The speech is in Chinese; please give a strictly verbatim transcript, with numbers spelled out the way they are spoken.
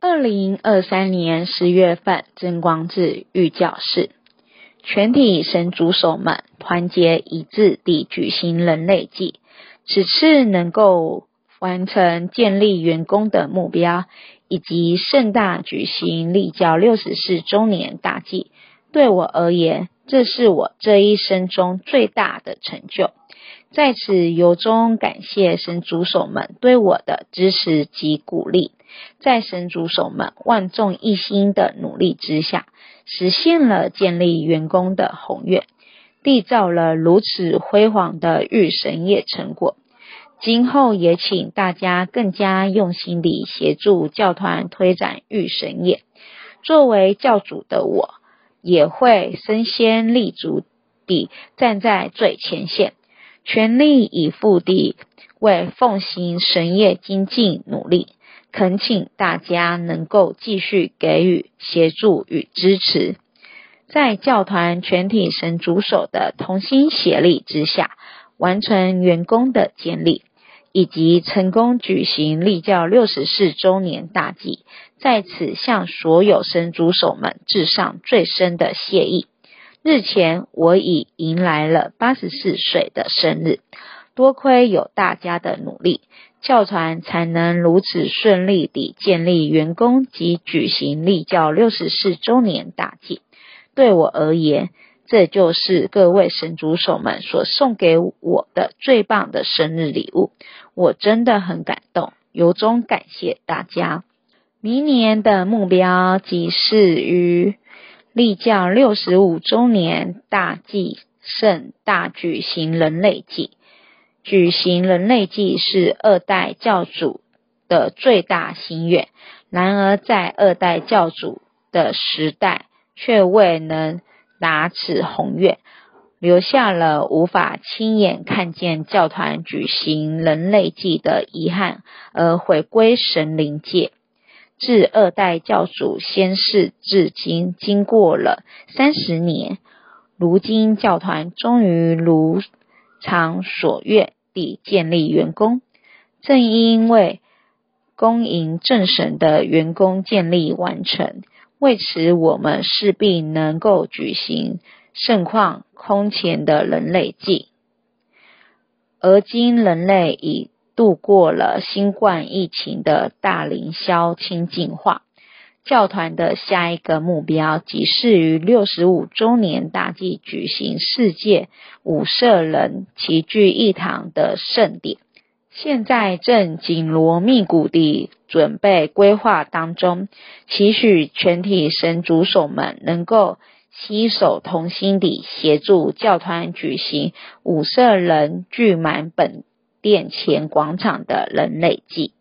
二零二三年十月份，真光智御教示，全体神主手们团结一致地举行人类祭，此次能够完成建立元宫的目标，以及盛大举行立教六十四周年大祭，对我而言，这是我这一生中最大的成就。在此由衷感谢神主手们对我的支持及鼓励，在神主手们万众一心的努力之下，实现了建立元宫的宏愿，缔造了如此辉煌的御神业成果。今后也请大家更加用心地协助教团推展御神业。作为教主的我，也会身先力足地站在最前线，全力以赴地为奉行神业精进努力，恳请大家能够继续给予协助与支持。在教团全体神主手的同心协力之下，完成元宫的建立，以及成功举行立教六十四周年大祭，在此向所有神主手们致上最深的谢意。日前我已迎来了八十四岁的生日，多亏有大家的努力，教团才能如此顺利地建立元宫及举行立教六十四周年大祭。对我而言，这就是各位神主手们所送给我的最棒的生日礼物，我真的很感动，由衷感谢大家。明年的目标即是于立教六十五周年大祭盛大举行人类祭。举行人类祭是二代教主的最大心愿，然而在二代教主的时代却未能达此宏愿，留下了无法亲眼看见教团举行人类祭的遗憾，而回归神灵界。自二代教主仙逝至今，经过了三十年，如今教团终于如偿所愿地建立元宫。正因为恭迎正神的元宫建立完成，为此我们势必能够举行盛况空前的人类祭。而今人类已度过了新冠疫情的大凌霄清净化，教团的下一个目标即是于六十五周年大祭举行世界五色人齐聚一堂的盛典，现在正紧锣密鼓地准备规划当中，期许全体神主手们能够携手同心地协助教团举行五色人聚满本殿前广场的人类祭。